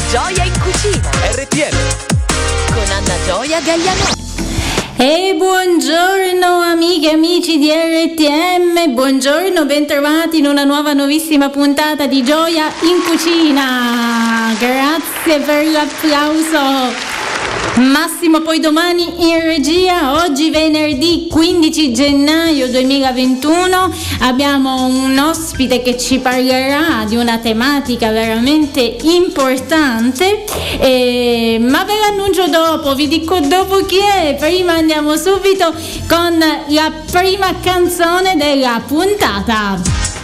Gioia in cucina. RTL Con Anna Gioia Gagliano. E buongiorno amiche e amici di RTM, buongiorno, bentrovati in una nuovissima puntata di Gioia in Cucina. Grazie per l'applauso. Massimo poi domani in regia. Oggi venerdì 15 gennaio 2021 abbiamo un ospite che ci parlerà di una tematica veramente importante, ma ve l'annuncio dopo, vi dico dopo chi è. Prima andiamo subito con la prima canzone della puntata.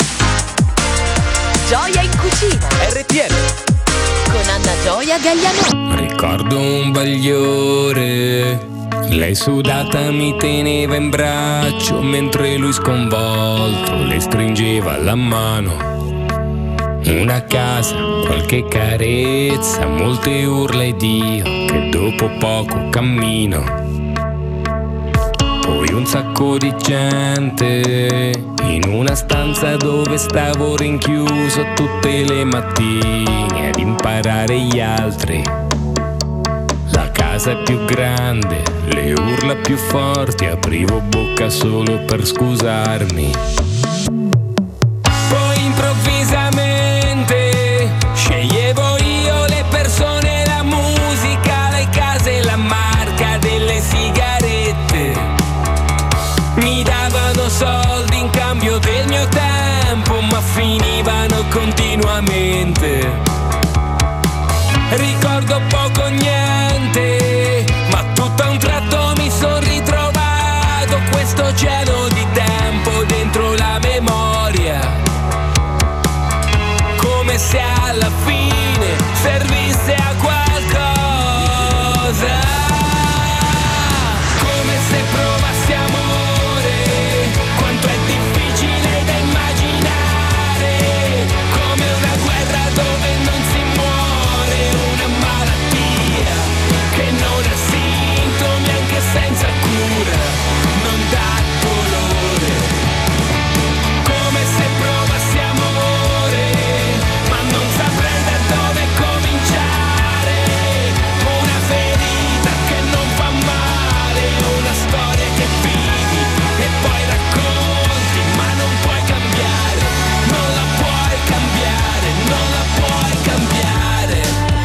Gioia in cucina. RTL Con Anna Gioia Gagliano. Ricordo un bagliore, lei sudata mi teneva in braccio mentre lui sconvolto le stringeva la mano. Una casa, qualche carezza, molte urla ed io che dopo poco cammino. Poi un sacco di gente in una stanza dove stavo rinchiuso tutte le mattine ad imparare gli altri. La casa è più grande, le urla più forti, aprivo bocca solo per scusarmi. Poi improvvisamente sceglievo io le persone, la musica, le case, la marca delle sigarette. Mi davano soldi in cambio del mio tempo, ma finivano continuamente. Ricordo poco niente, ma tutto a un tratto mi son ritrovato questo cielo di tempo dentro la memoria, come se alla fine servisse a qualcosa, come se provassi amore, quanto è difficile da immaginare, come una guerra dove non si muore, una malattia che non ha sintomi anche senza cura, non dà dolore, come se provassi amore, ma non saprei da dove cominciare, una ferita che non fa male, una storia che vivi e poi racconti, ma non puoi cambiare, non la puoi cambiare, non la puoi cambiare.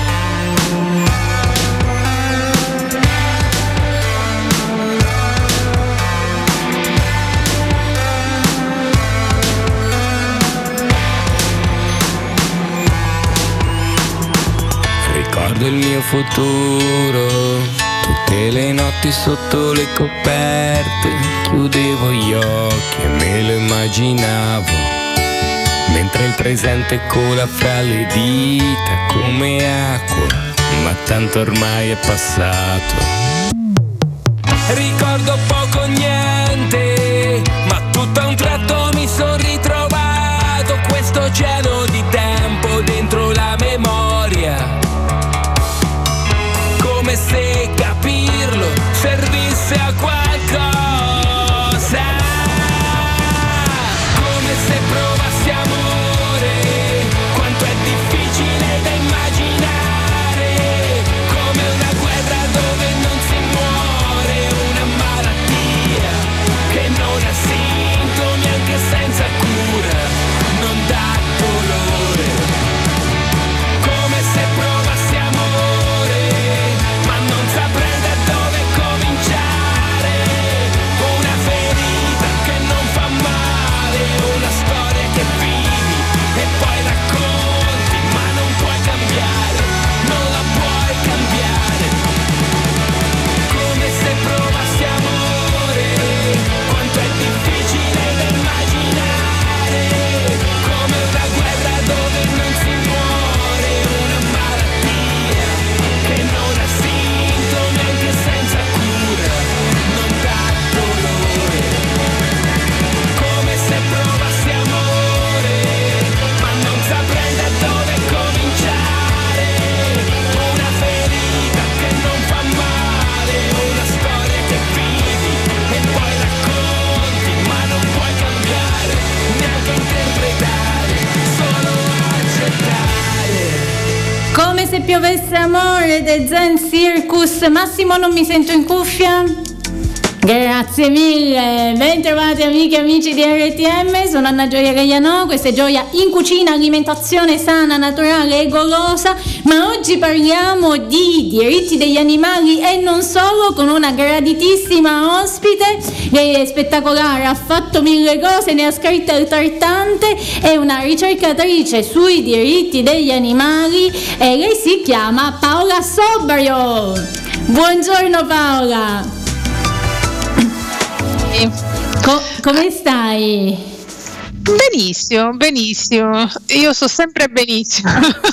Ricordo il mio futuro, tutte le notti sotto le coperte, chiudevo gli occhi e me lo immaginavo, mentre il presente cola fra le dita come acqua, ma tanto ormai è passato. Ricordo poco niente, ma tutto a un tratto mi son ritrovato questo cielo di tempo dentro la memoria, come se capirlo servisse a qualcosa, come se provassi amore, quanto è difficile da immaginare, come una guerra dove non si muore, una malattia che non Come se piovesse amore, The Zen Circus. Massimo, non mi sento in cuffia? Grazie mille, bentrovati amiche e amici di RTM, sono Anna Gioia Gaglianò, questa è Gioia in Cucina, alimentazione sana, naturale e golosa, ma oggi parliamo di diritti degli animali e non solo, con una graditissima ospite. Lei è spettacolare, ha fatto mille cose, ne ha scritte altrettante, è una ricercatrice sui diritti degli animali e lei si chiama Paola Sobrio. Buongiorno Paola. Come stai? Benissimo, io sto sempre benissimo.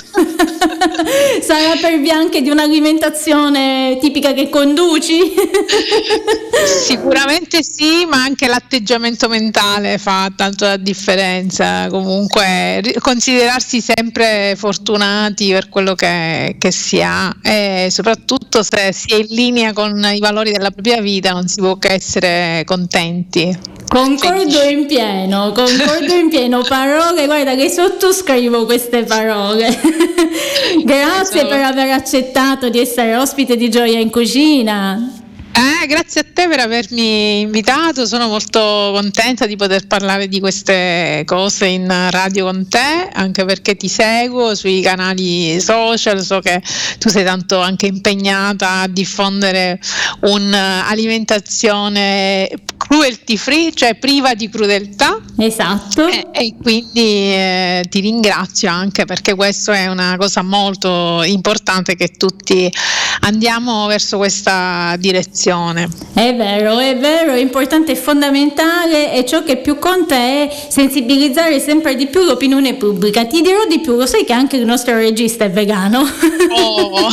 Sarà per via anche di un'alimentazione tipica che conduci? Sicuramente sì, ma anche l'atteggiamento mentale fa tanto la differenza. Comunque considerarsi sempre fortunati per quello che si ha, e soprattutto se si è in linea con i valori della propria vita non si può che essere contenti. Concordo in pieno, parole, guarda che sottoscrivo queste parole. Grazie per aver accettato di essere ospite di Gioia in Cucina. Grazie a te per avermi invitato, sono molto contenta di poter parlare di queste cose in radio con te, anche perché ti seguo sui canali social, so che tu sei tanto anche impegnata a diffondere un'alimentazione cruelty free, cioè priva di crudeltà. Esatto. E quindi ti ringrazio anche perché questo è una cosa molto importante, che tutti andiamo verso questa direzione. È vero, è importante e fondamentale, e ciò che più conta è sensibilizzare sempre di più l'opinione pubblica. Ti dirò di più, lo sai che anche il nostro regista è vegano? Oh,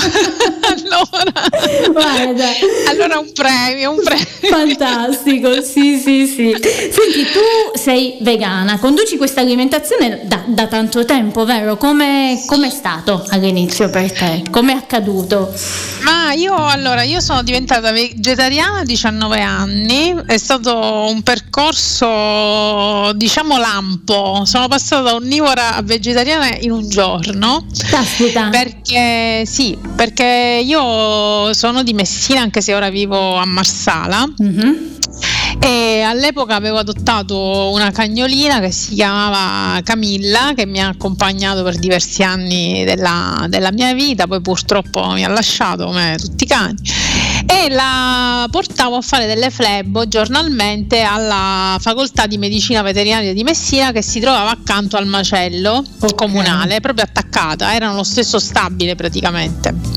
allora un premio. Fantastico, sì. Senti, tu sei vegana, conduci questa alimentazione da tanto tempo, vero? Come è stato all'inizio per te? Come è accaduto? Ma io sono diventata vegetariana a 19 anni, è stato un percorso diciamo lampo, sono passata da onnivora a vegetariana in un giorno. Caspita. Perché io sono di Messina, anche se ora vivo a Marsala. Mm-hmm. E all'epoca avevo adottato una cagnolina che si chiamava Camilla, che mi ha accompagnato per diversi anni della mia vita, poi purtroppo mi ha lasciato come tutti i cani, e la portavo a fare delle flebo giornalmente alla facoltà di medicina veterinaria di Messina, che si trovava accanto al macello comunale, proprio attaccata, erano lo stesso stabile praticamente.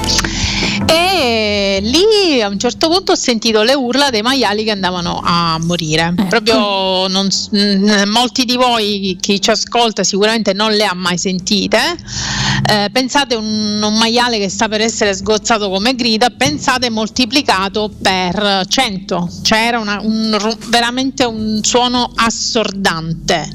E lì a un certo punto ho sentito le urla dei maiali che andavano a morire. Proprio molti di voi, chi ci ascolta, sicuramente non le ha mai sentite. Pensate un maiale che sta per essere sgozzato come grida, pensate moltiplicato per 100, cioè era veramente un suono assordante.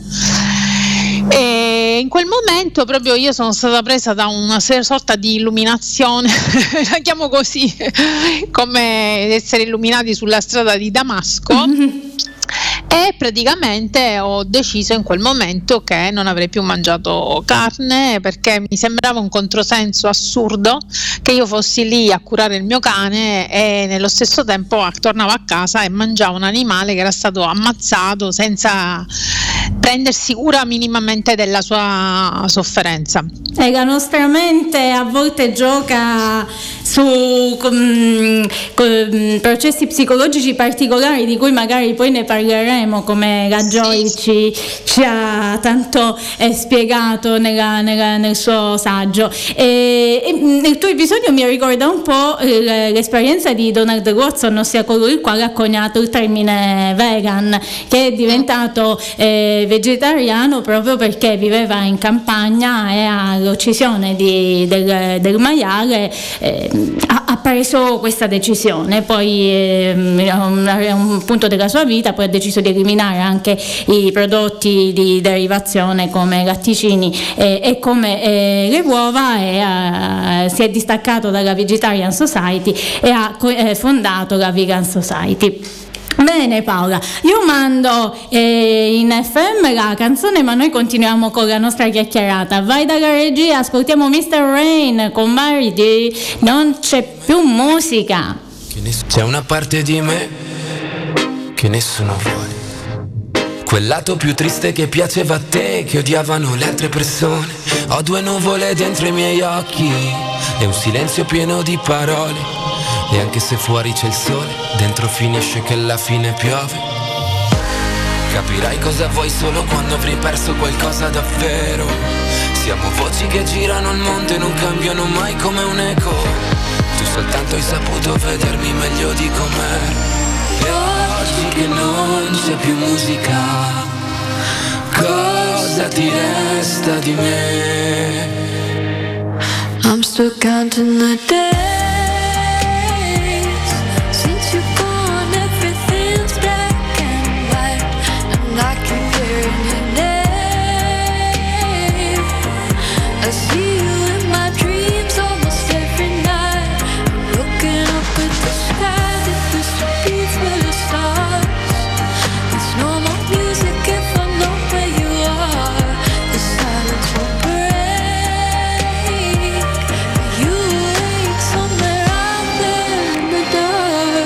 E in quel momento proprio io sono stata presa da una sorta di illuminazione, la chiamo così, come essere illuminati sulla strada di Damasco. E praticamente ho deciso in quel momento che non avrei più mangiato carne, perché mi sembrava un controsenso assurdo che io fossi lì a curare il mio cane e nello stesso tempo tornavo a casa e mangiavo un animale che era stato ammazzato senza prendersi cura minimamente della sua sofferenza. E la nostra mente a volte gioca su processi psicologici particolari di cui magari poi ne parleremo, come la Joy ci ha tanto spiegato nel suo saggio. E nel tuo episodio mi ricorda un po' l'esperienza di Donald Watson, ossia colui il quale ha coniato il termine vegan, che è diventato vegetariano proprio perché viveva in campagna e all'uccisione del maiale ha preso questa decisione. Poi a un punto della sua vita poi ha deciso di eliminare anche i prodotti di derivazione come latticini e come le uova, e si è distaccato dalla Vegetarian Society e ha fondato la Vegan Society. Bene Paola, io mando in FM la canzone, ma noi continuiamo con la nostra chiacchierata. Vai dalla regia, ascoltiamo Mr. Rain con Mardi, non c'è più musica. C'è una parte di me che nessuno vuole, quel lato più triste che piaceva a te, che odiavano le altre persone. Ho due nuvole dentro i miei occhi e un silenzio pieno di parole. E anche se fuori c'è il sole, dentro finisce che alla fine piove. Capirai cosa vuoi solo quando avrai perso qualcosa davvero. Siamo voci che girano il mondo e non cambiano mai come un eco. Tu soltanto hai saputo vedermi meglio di com'ero. E oggi che non c'è più musica, cosa ti resta di me? I'm still counting the days. I see you in my dreams almost every night. I'm looking up at the sky that used to be full of stars. There's no more music if I know where you are. The silence won't break. You wait somewhere out there in the dark.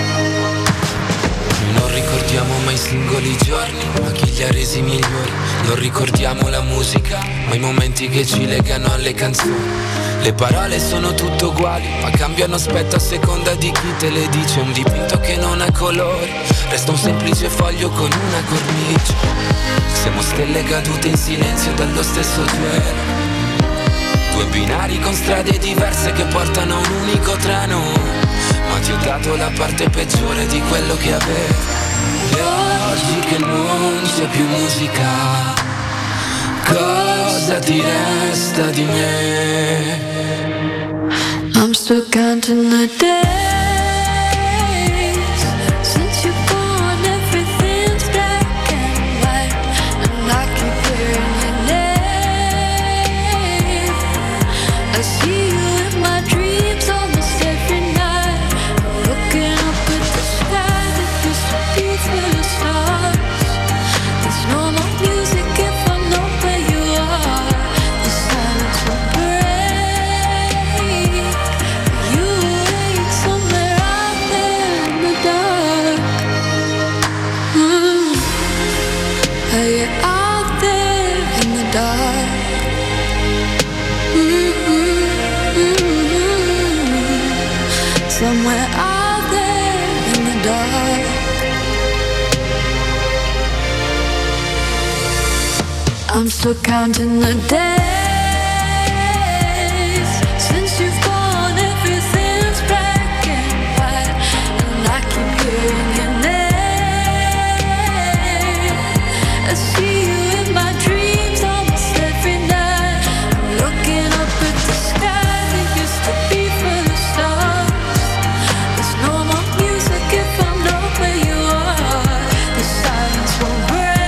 Non ricordiamo mai i singoli giorni, ma chi li ha resi migliori. Non ricordiamo la musica, ma i momenti che ci legano alle canzoni. Le parole sono tutto uguali, ma cambiano aspetto a seconda di chi te le dice. Un dipinto che non ha colori, resta un semplice foglio con una cornice. Siamo stelle cadute in silenzio dallo stesso cielo, due binari con strade diverse che portano a un unico treno. Ma ti ho dato la parte peggiore di quello che avevo. E oggi che non c'è più musica, cosa ti resta di me? I'm still counting the days. Since you're gone everything's black and white, and I keep hearing your name. I see you in my dreams almost every night. I'm looking up at the sky that used to be full of stars. There's no more music if I know where you are. The silence won't break. You wait somewhere out there in the dark. Are you out there in the dark? Somewhere out there in the dark. I'm still counting the days. Since you've gone everything's black and white, and I keep hearing your name. I see you in my dreams almost every night. I'm looking up at the sky that used to be full of stars. There's no more music if I know where you are. The silence won't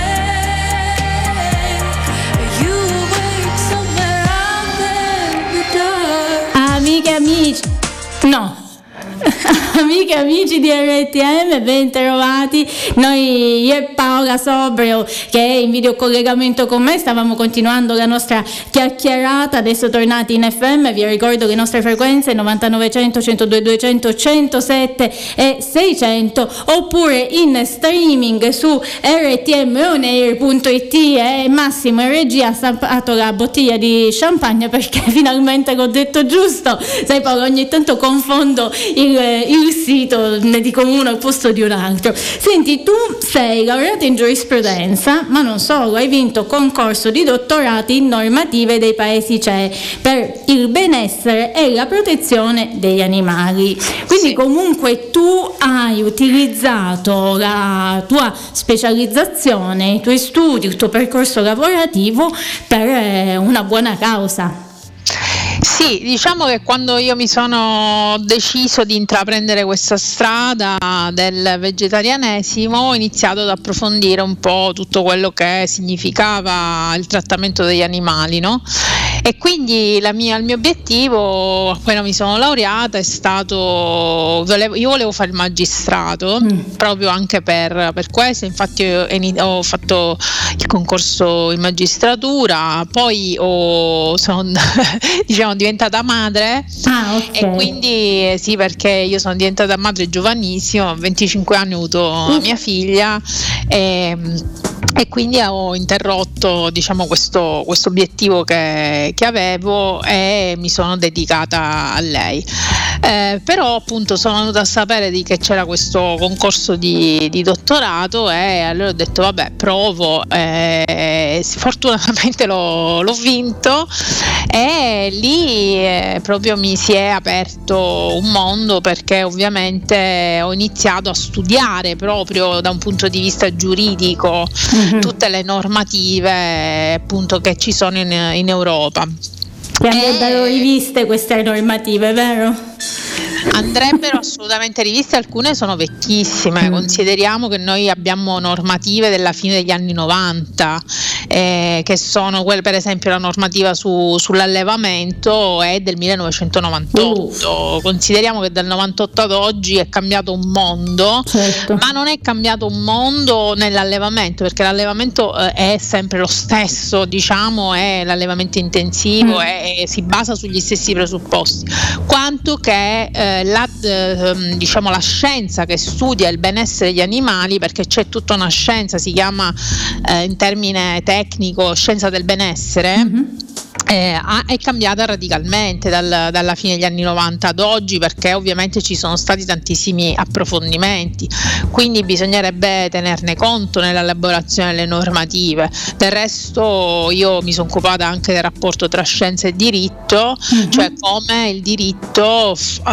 break. You wait somewhere out there in the dark. Amiche e amici, no. Amiche e amici di RTM, ben trovati. Noi, io e Paola Sobrio, che è in videocollegamento con me, stavamo continuando la nostra chiacchierata. Adesso tornati in FM, vi ricordo le nostre frequenze 9900, 102, 200, 107 e 600, oppure in streaming su rtmonair.it. E Massimo in regia ha stampato la bottiglia di champagne perché finalmente l'ho detto giusto. Sai Paola, ogni tanto confondo il sito, ne dico uno al posto di un altro. Senti, tu sei laureata in giurisprudenza, ma non solo, hai vinto concorso di dottorati in normative dei paesi CE per il benessere e la protezione degli animali. Quindi comunque tu hai utilizzato la tua specializzazione, i tuoi studi, il tuo percorso lavorativo per una buona causa. Sì, diciamo che quando io mi sono deciso di intraprendere questa strada del vegetarianesimo, ho iniziato ad approfondire un po' tutto quello che significava il trattamento degli animali, no? E quindi il mio obiettivo, appena mi sono laureata, è stato, io volevo fare il magistrato, proprio anche per questo. Infatti ho fatto il concorso in magistratura, poi sono diciamo diventata madre, ok. e quindi sì, perché io sono diventata madre giovanissima, a 25 anni ho avuto mia figlia, e quindi ho interrotto, diciamo, questo obiettivo che avevo, e mi sono dedicata a lei. Però appunto sono venuta a sapere che c'era questo concorso di dottorato, e allora ho detto vabbè, provo, fortunatamente l'ho vinto, e lì proprio mi si è aperto un mondo, perché ovviamente ho iniziato a studiare proprio da un punto di vista giuridico tutte le normative appunto che ci sono in Europa. Che andrebbero riviste queste normative, vero? Andrebbero assolutamente riviste, alcune sono vecchissime. Consideriamo che noi abbiamo normative della fine degli anni 90, che sono quelle, per esempio la normativa sull'allevamento è del 1998. Consideriamo che dal 98 ad oggi è cambiato un mondo, certo. Ma non è cambiato un mondo nell'allevamento, perché l'allevamento è sempre lo stesso, diciamo, è l'allevamento intensivo, e si basa sugli stessi presupposti, quanto che diciamo la scienza che studia il benessere degli animali, perché c'è tutta una scienza, si chiama in termine tecnico scienza del benessere. È cambiata radicalmente dalla fine degli anni 90 ad oggi, perché ovviamente ci sono stati tantissimi approfondimenti, quindi bisognerebbe tenerne conto nell'elaborazione delle normative. Del resto io mi sono occupata anche del rapporto tra scienza e diritto, cioè come il diritto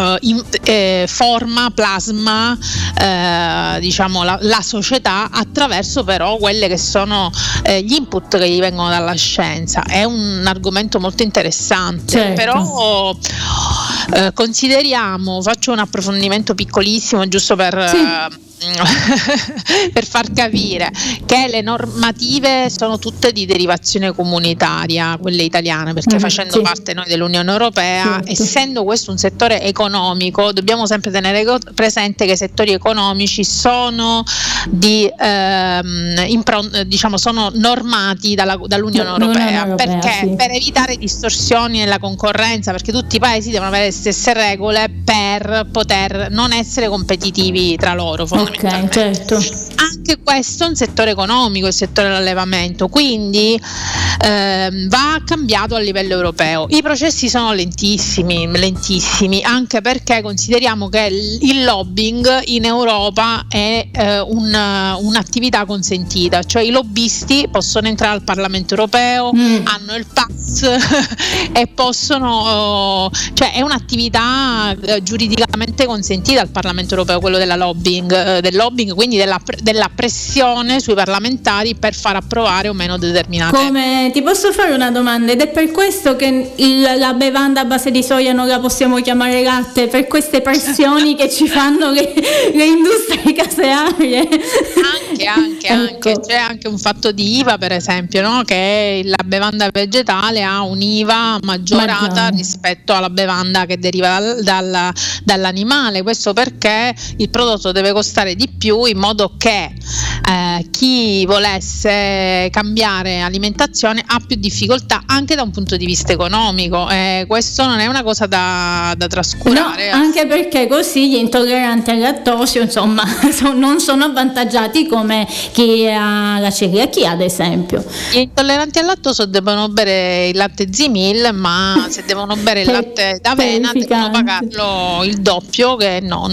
plasma diciamo la società attraverso però quelle che sono gli input che gli vengono dalla scienza. È un argomento molto interessante, certo. Però consideriamo, faccio un approfondimento piccolissimo giusto per far capire che le normative sono tutte di derivazione comunitaria, quelle italiane, perché facendo parte noi dell'Unione Europea, certo. Essendo questo un settore economico, dobbiamo sempre tenere presente che i settori economici sono diciamo sono normati dall'Unione Europea, perché sì. Per evitare distorsioni nella concorrenza, perché tutti i paesi devono avere le stesse regole per poter non essere competitivi tra loro. Ok, certo. Anche questo è un settore economico, il settore dell'allevamento, quindi va cambiato a livello europeo. I processi sono lentissimi, anche perché consideriamo che il lobbying in Europa è un'attività consentita, cioè i lobbisti possono entrare al Parlamento europeo, hanno il pass e possono, cioè è un'attività giuridicamente consentita al Parlamento europeo, quello del lobbying, quindi della pressione sui parlamentari per far approvare o meno determinate. Come ti posso fare una domanda? Ed è per questo che la bevanda a base di soia non la possiamo chiamare latte, per queste pressioni che ci fanno le industrie casearie? Anche c'è anche un fatto di IVA, per esempio, no? Che la bevanda vegetale ha un'IVA maggiorata rispetto alla bevanda che deriva dall'animale. Questo perché il prodotto deve costare di più, in modo che chi volesse cambiare alimentazione ha più difficoltà anche da un punto di vista economico. Questo non è una cosa da trascurare. No, anche perché così gli intolleranti al lattosio, insomma, non sono avvantaggiati come chi ha la celiachia, ad esempio. Gli intolleranti al lattosio devono bere il latte Zimil, ma se devono bere il latte d'avena devono pagarlo il doppio che non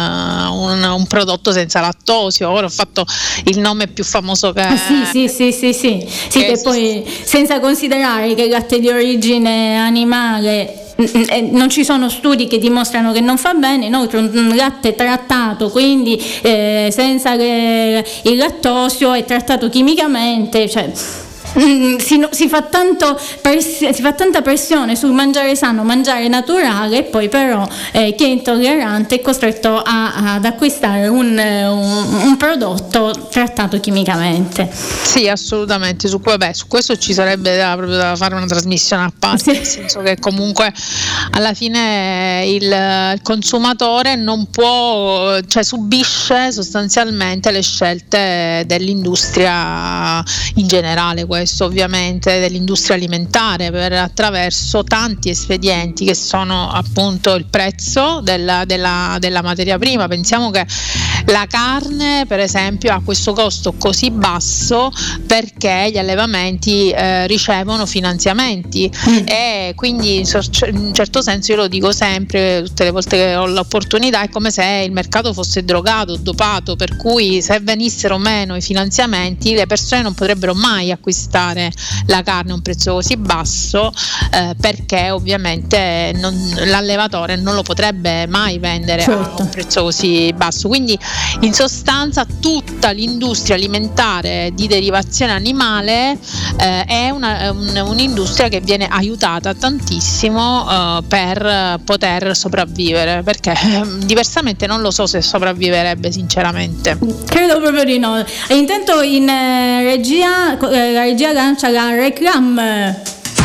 un prodotto senza lattosio. Ora ho fatto il nome più famoso che sì, che poi, senza considerare che il latte di origine animale non ci sono studi che dimostrano che non fa bene, inoltre un latte trattato, quindi senza il lattosio, è trattato chimicamente, cioè si fa tanta pressione sul mangiare sano, mangiare naturale, e poi però chi è intollerante è costretto ad acquistare un prodotto trattato chimicamente. Sì, assolutamente. Su questo ci sarebbe proprio da fare una trasmissione a parte, nel senso che comunque alla fine il consumatore non può, cioè subisce sostanzialmente le scelte dell'industria in generale, questo ovviamente dell'industria alimentare, attraverso tanti espedienti che sono appunto il prezzo della materia prima. Pensiamo che la carne per esempio ha questo costo così basso perché gli allevamenti ricevono finanziamenti e quindi in un certo senso, io lo dico sempre tutte le volte che ho l'opportunità, è come se il mercato fosse drogato, dopato, per cui se venissero meno i finanziamenti le persone non potrebbero mai acquistare la carne a un prezzo così basso, perché ovviamente l'allevatore non lo potrebbe mai vendere a un prezzo così basso. Quindi in sostanza tutta l'industria alimentare di derivazione animale è un'industria che viene aiutata tantissimo per poter sopravvivere, perché diversamente non lo so se sopravviverebbe sinceramente. Credo proprio di no. E intanto in regia la regia lancia la reclam.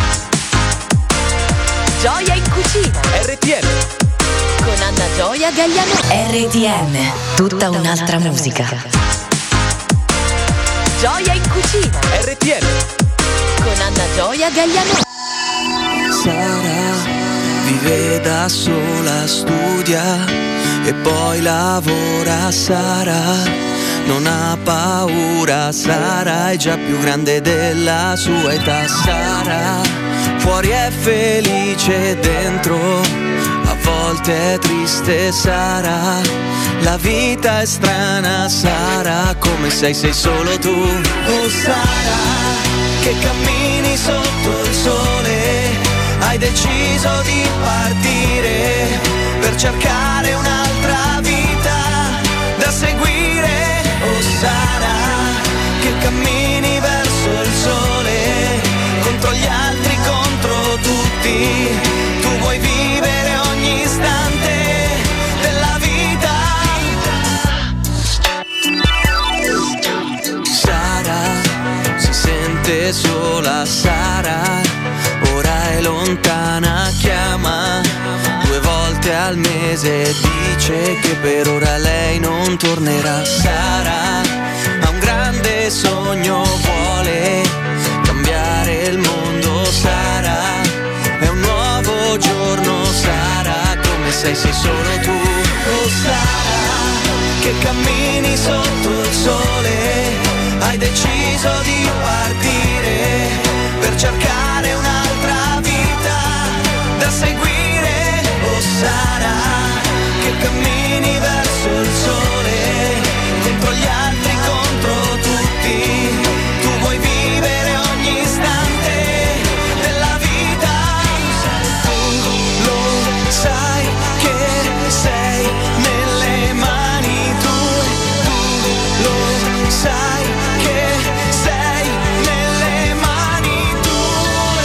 Gioia in cucina. RTM Con Anna Gioia Gaglianò. RTM, tutta un'altra musica. Gioia in cucina. RTM Con Anna Gioia Gaglianò. Sara vive da sola, studia e poi lavora. Sara non ha paura, Sara è già più grande della sua età. Sara fuori è felice, dentro a volte è triste. Sara, la vita è strana. Sara, come sei solo tu. Oh Sara, che cammini sotto il sole, hai deciso di partire per cercare un'altra vita da seguire. Oh Sara, che cammini verso il sole, contro gli altri, contro tutti. Tu vuoi vivere ogni istante della vita. Sara si sente sola. Sara ora è lontana, chiama 2 volte al mese, dice che per ora lei non tornerà. Sara ha un grande sogno, vuole cambiare il mondo. Sara è un nuovo giorno. Sara, come sei solo tu. Oh Sara, che cammini sotto il sole, hai deciso di partire per cercare un'altra vita da seguire. Oh Sara, che cammini verso il sole, contro gli altri, contro tutti. Tu vuoi vivere ogni istante della vita. Tu lo sai che sei nelle mani tue. Tu lo sai che sei nelle mani tue.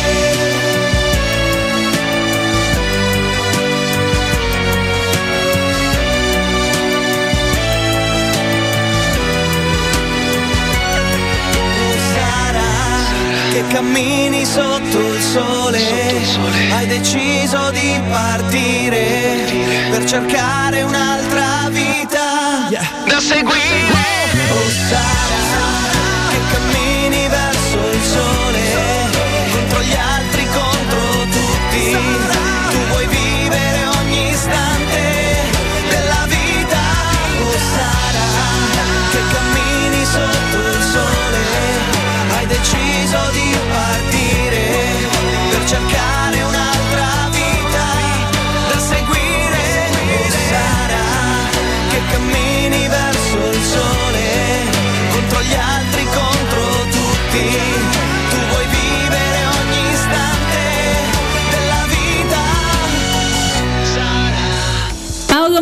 Oh Sara, che cammini sotto il sole, hai deciso di partire per cercare un'altra vita da seguire. Oh Sara, che cammini verso il sole, contro gli altri, contro tutti. Tu vuoi vivere ogni istante della vita. Oh Sara, che cammini sotto il sole, hai deciso di partire per cercare un'altra vita da seguire. Oh Sara, che cammini verso il sole, contro gli altri, contro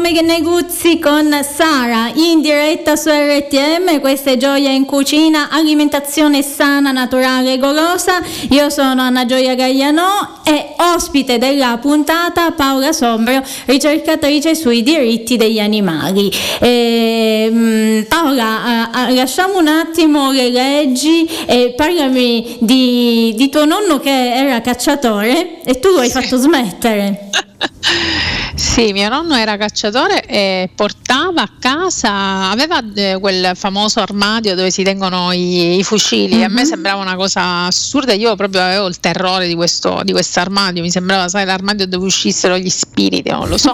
Neguzzi con Sara in diretta su RTM. Questa è Gioia in Cucina, alimentazione sana, naturale e golosa. Io sono Anna Gioia Gaglianò e ospite della puntata Paola Sombrio, ricercatrice sui diritti degli animali. Paola, lasciamo un attimo le leggi e parlami di tuo nonno che era cacciatore e tu lo hai fatto smettere. Sì, mio nonno era cacciatore e portava a casa, aveva quel famoso armadio dove si tengono i fucili. A me sembrava una cosa assurda, io proprio avevo il terrore di questo armadio, mi sembrava, sai, l'armadio dove uscissero gli spiriti, non lo so.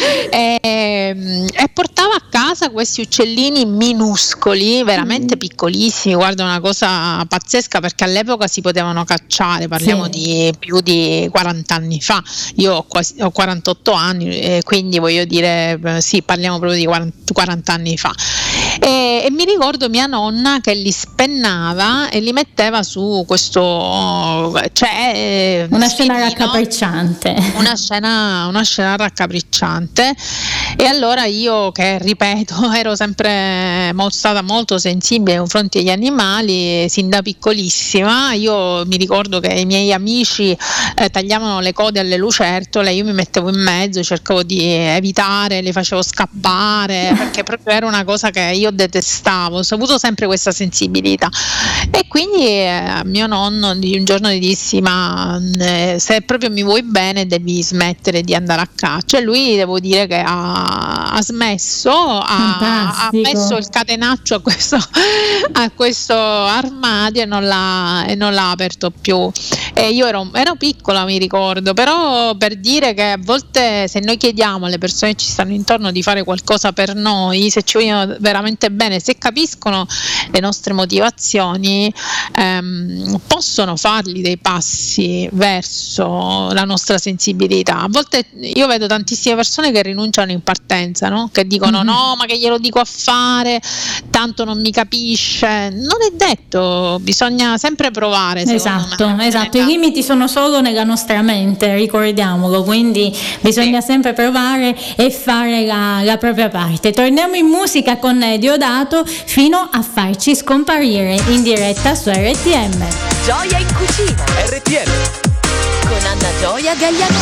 e portava a casa questi uccellini minuscoli, veramente piccolissimi, guarda, una cosa pazzesca, perché all'epoca si potevano cacciare, parliamo di più di 40 anni fa, io ho 48 anni, quindi voglio dire, sì, parliamo proprio di 40 anni fa. E mi ricordo mia nonna che li spennava e li metteva su questo, cioè una scena raccapricciante, una scena raccapricciante. E allora io, che ripeto, ero sempre stata molto sensibile nei confronti degli animali sin da piccolissima. Io mi ricordo che i miei amici tagliavano le code alle lucertole, io mi mettevo in mezzo, cercavo di evitare, li facevo scappare, perché proprio era una cosa che io detestavo. Ho avuto sempre questa sensibilità e quindi a mio nonno un giorno gli dissi: ma se proprio mi vuoi bene devi smettere di andare a caccia. E lui, devo dire che ha smesso, ha messo il catenaccio a questo armadio e non l'ha aperto più. E io ero piccola, mi ricordo, però per dire che a volte, se noi chiediamo alle persone che ci stanno intorno di fare qualcosa per noi, se ci vogliono veramente bene, se capiscono le nostre motivazioni, possono farli dei passi verso la nostra sensibilità. A volte io vedo tantissime persone che rinunciano in partenza, no? Che dicono no, ma che glielo dico a fare, tanto non mi capisce. Non è detto, bisogna sempre provare. Esatto, i limiti sono solo nella nostra mente, ricordiamolo, quindi bisogna sempre provare e fare la propria parte. Torniamo in musica con Diodato fino a farci scomparire, in diretta su RTM. Gioia in Cucina, RTM con Anna Gioia Gaglianò.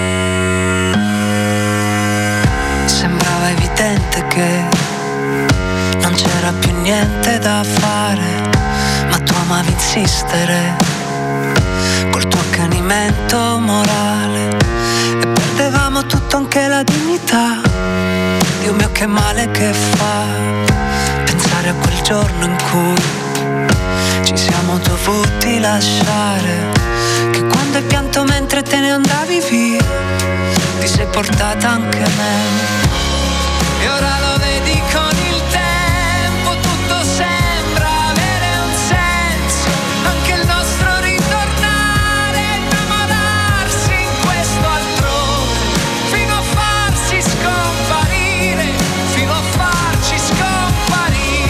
Sembrava evidente che non c'era più niente da fare, ma tu amavi insistere col tuo accanimento morale e perdevamo tutto, anche la dignità. Dio mio, che male che fa pensare a quel giorno in cui ci siamo dovuti lasciare, che quando hai pianto mentre te ne andavi via ti sei portata anche me. E ora lo vedi con il tempo, tutto sembra avere un senso, anche il nostro ritornare, innamorarsi in questo altrove, fino a farsi scomparire, fino a farci scomparire.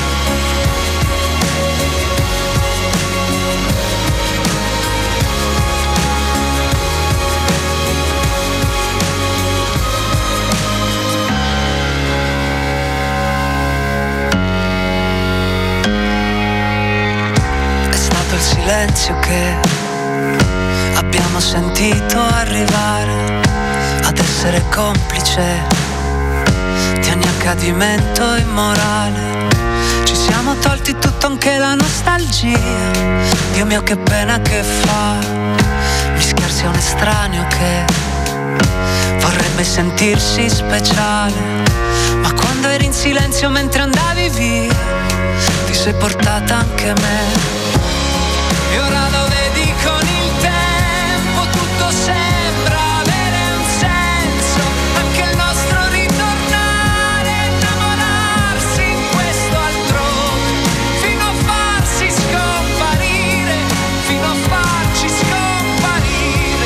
Il silenzio che abbiamo sentito arrivare ad essere complice di ogni accadimento immorale. Ci siamo tolti tutto, anche la nostalgia. Dio mio, che pena che fa mischiarsi a un estraneo che vorrebbe sentirsi speciale, ma quando eri in silenzio mentre andavi via ti sei portata anche me. E ora lo vedi con il tempo, tutto sembra avere un senso, anche il nostro ritornare, innamorarsi in questo altrove, fino a farsi scomparire, fino a farci scomparire.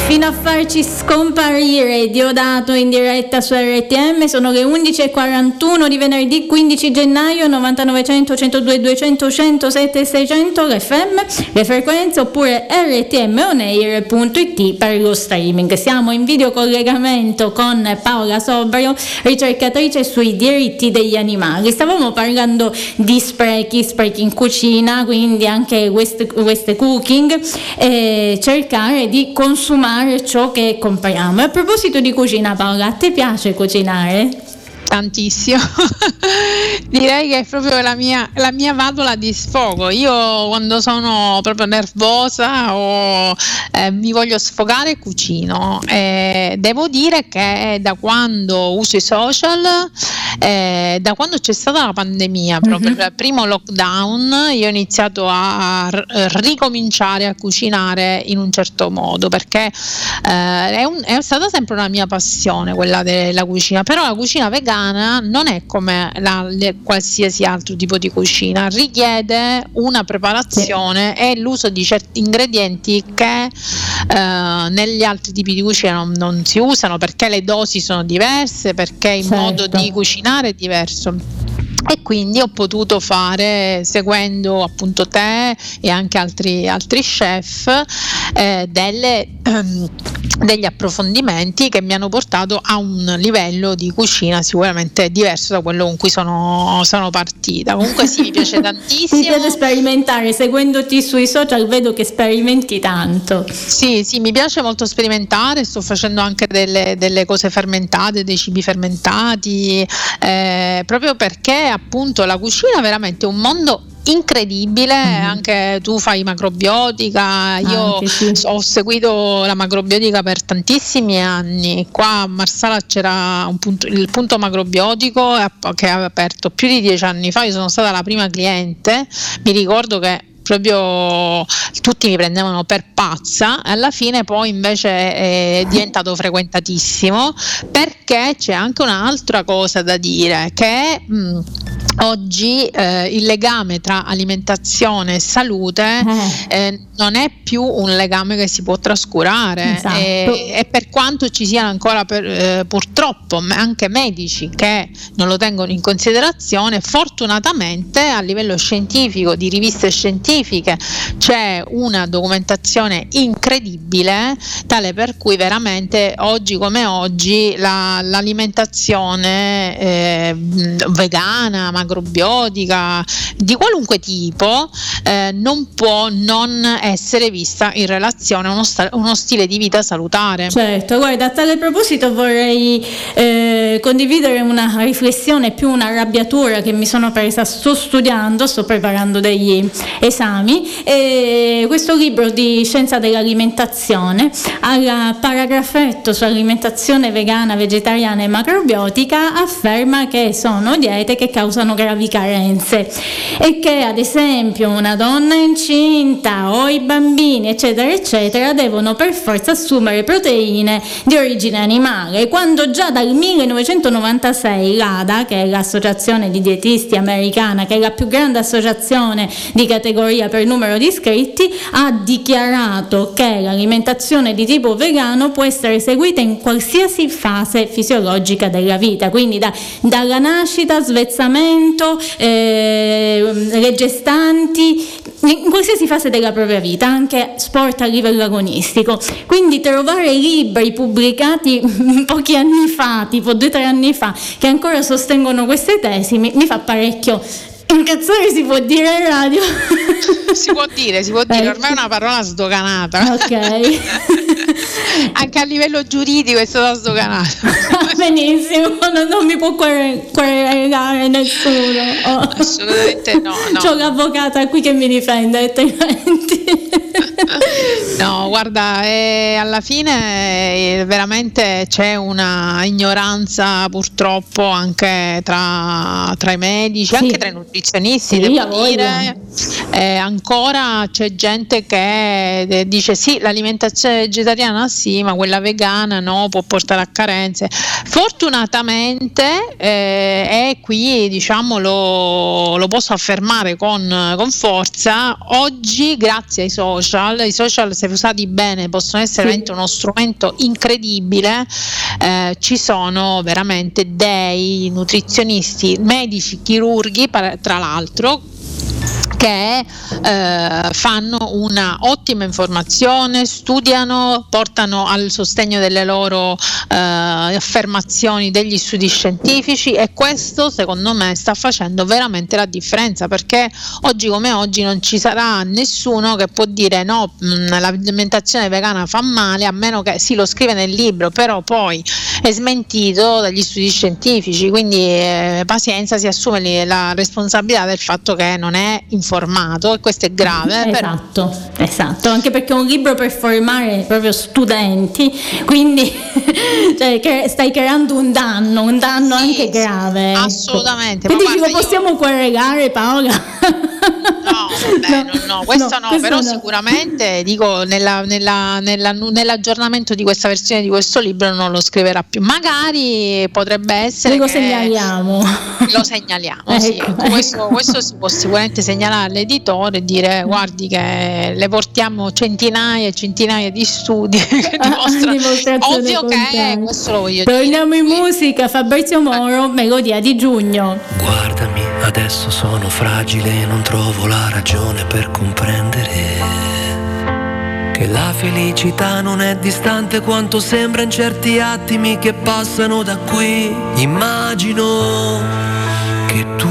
fino a farci scomparire. Diodato in diretta su RTM. Sono le 11:41 di venerdì 15 gennaio. 9900 102 200 107 600 l'FM, le frequenze, oppure rtmonair.it per lo streaming. Siamo in video collegamento con Paola Sobrio, ricercatrice sui diritti degli animali. Stavamo parlando di sprechi in cucina, quindi anche waste cooking, e cercare di consumare ciò che compriamo. E a proposito di cucina, Paola, a te piace cucinare? Tantissimo. Direi che è proprio la mia valvola di sfogo. Io quando sono proprio nervosa o mi voglio sfogare, cucino. Devo dire che da quando uso i social, da quando c'è stata la pandemia, proprio il primo lockdown, io ho iniziato a ricominciare a cucinare in un certo modo, perché è stata sempre una mia passione quella della cucina. Però la cucina vegana non è come qualsiasi altro tipo di cucina, richiede una preparazione e l'uso di certi ingredienti che negli altri tipi di cucina non si usano, perché le dosi sono diverse, perché il modo di cucinare è diverso. E quindi ho potuto fare, seguendo appunto te e anche altri chef, degli approfondimenti che mi hanno portato a un livello di cucina sicuramente diverso da quello con cui sono partita. Comunque sì, mi piace tantissimo. Mi piace sperimentare, seguendoti sui social vedo che sperimenti tanto. Sì, mi piace molto sperimentare, sto facendo anche delle cose fermentate, dei cibi fermentati, proprio perché appunto la cucina è veramente un mondo incredibile. Anche tu fai macrobiotica, io ho seguito la macrobiotica per tantissimi anni. Qua a Marsala c'era il punto macrobiotico che ha aperto più di 10 anni fa. Io sono stata la prima cliente, mi ricordo che proprio tutti mi prendevano per pazza, alla fine poi invece è diventato frequentatissimo, perché c'è anche un'altra cosa da dire, che oggi il legame tra alimentazione e salute non è più un legame che si può trascurare. Esatto. E per quanto ci siano ancora purtroppo anche medici che non lo tengono in considerazione, fortunatamente a livello scientifico, di riviste scientifiche, c'è una documentazione incredibile, tale per cui veramente oggi come oggi l'alimentazione vegana, macrobiotica, di qualunque tipo, non può non essere vista in relazione a uno stile di vita salutare. Certo, guarda, a tale proposito vorrei condividere una riflessione, più una arrabbiatura che mi sono presa. Sto preparando degli esami, e questo libro di scienza dell'alimentazione, al paragrafetto sull'alimentazione vegana, vegetariana e macrobiotica, afferma che sono diete che causano gravi carenze e che ad esempio una donna incinta o i bambini eccetera eccetera devono per forza assumere proteine di origine animale, quando già dal 1996 l'ADA, che è l'associazione di dietisti americana, che è la più grande associazione di categoria per numero di iscritti, ha dichiarato che l'alimentazione di tipo vegano può essere eseguita in qualsiasi fase fisiologica della vita, quindi dalla nascita, svezzamento, le gestanti, in qualsiasi fase della propria vita, anche sport a livello agonistico. Quindi trovare libri pubblicati pochi anni fa, tipo 2-3 anni fa, che ancora sostengono queste tesi, mi fa parecchio incazzare. Si può dire in radio? Si può dire, ormai è una parola sdoganata. Ok. Anche a livello giuridico è stata sdoganata. Benissimo, non mi può querelare nessuno. Assolutamente no. C'ho l'avvocata qui che mi difende, altrimenti. No, guarda, alla fine veramente c'è una ignoranza purtroppo anche tra i medici, anche tra i nutrizionisti, devo dire. Ancora c'è gente che dice sì, l'alimentazione vegetariana sì, ma quella vegana no, può portare a carenze. Fortunatamente, e qui diciamo lo posso affermare con forza, oggi grazie ai social, se usati bene possono essere veramente uno strumento incredibile. Ci sono veramente dei nutrizionisti, medici, chirurghi tra l'altro, che fanno una ottima informazione, studiano, portano al sostegno delle loro affermazioni degli studi scientifici, e questo secondo me sta facendo veramente la differenza, perché oggi come oggi non ci sarà nessuno che può dire no, l'alimentazione vegana fa male, a meno che lo scrive nel libro, però poi è smentito dagli studi scientifici, quindi pazienza, si assume la responsabilità del fatto che non è informato, e questo è grave. Esatto, anche perché è un libro per formare proprio studenti, quindi cioè, stai creando un danno anche grave. Assolutamente. Quindi lo possiamo correggere, Paola? No, questo no, però sicuramente dico nell'aggiornamento di questa versione di questo libro non lo scriverà più, magari potrebbe essere lo segnaliamo, ecco. Questo si può sicuramente segnalare all'editore e dire guardi che le portiamo centinaia e centinaia di studi che dimostrano, ovvio che questo lo voglio dire. Torniamo in musica, Fabrizio Moro, Melodia di giugno. Guardami, adesso sono fragile, non trovo la ragione per comprendere che la felicità non è distante quanto sembra in certi attimi che passano da qui. Immagino che tu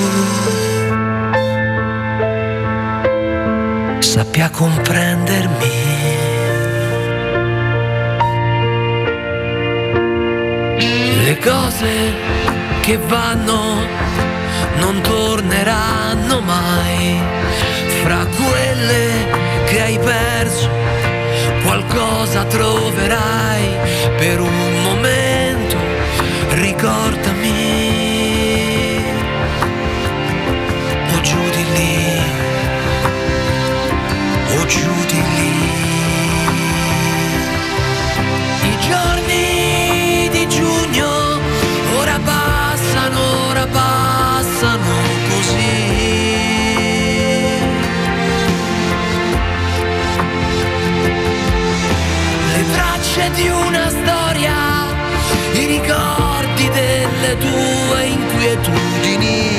sappia comprendermi. Le cose che vanno non torneranno mai. Fra quelle che hai perso qualcosa troverai. Per un momento ricordami. O giù di lì, o giù di lì. I giorni di giugno ora passano così. Le tracce di una storia, i ricordi delle tue inquietudini.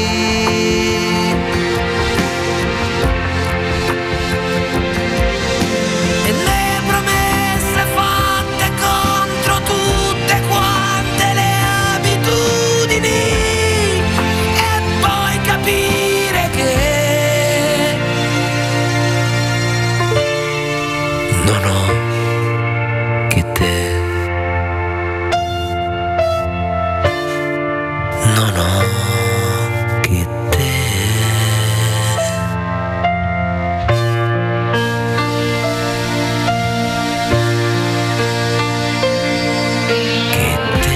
E le promesse fatte contro tutte quante le abitudini. E poi capire che non ho che te. Non ho che te. Che te.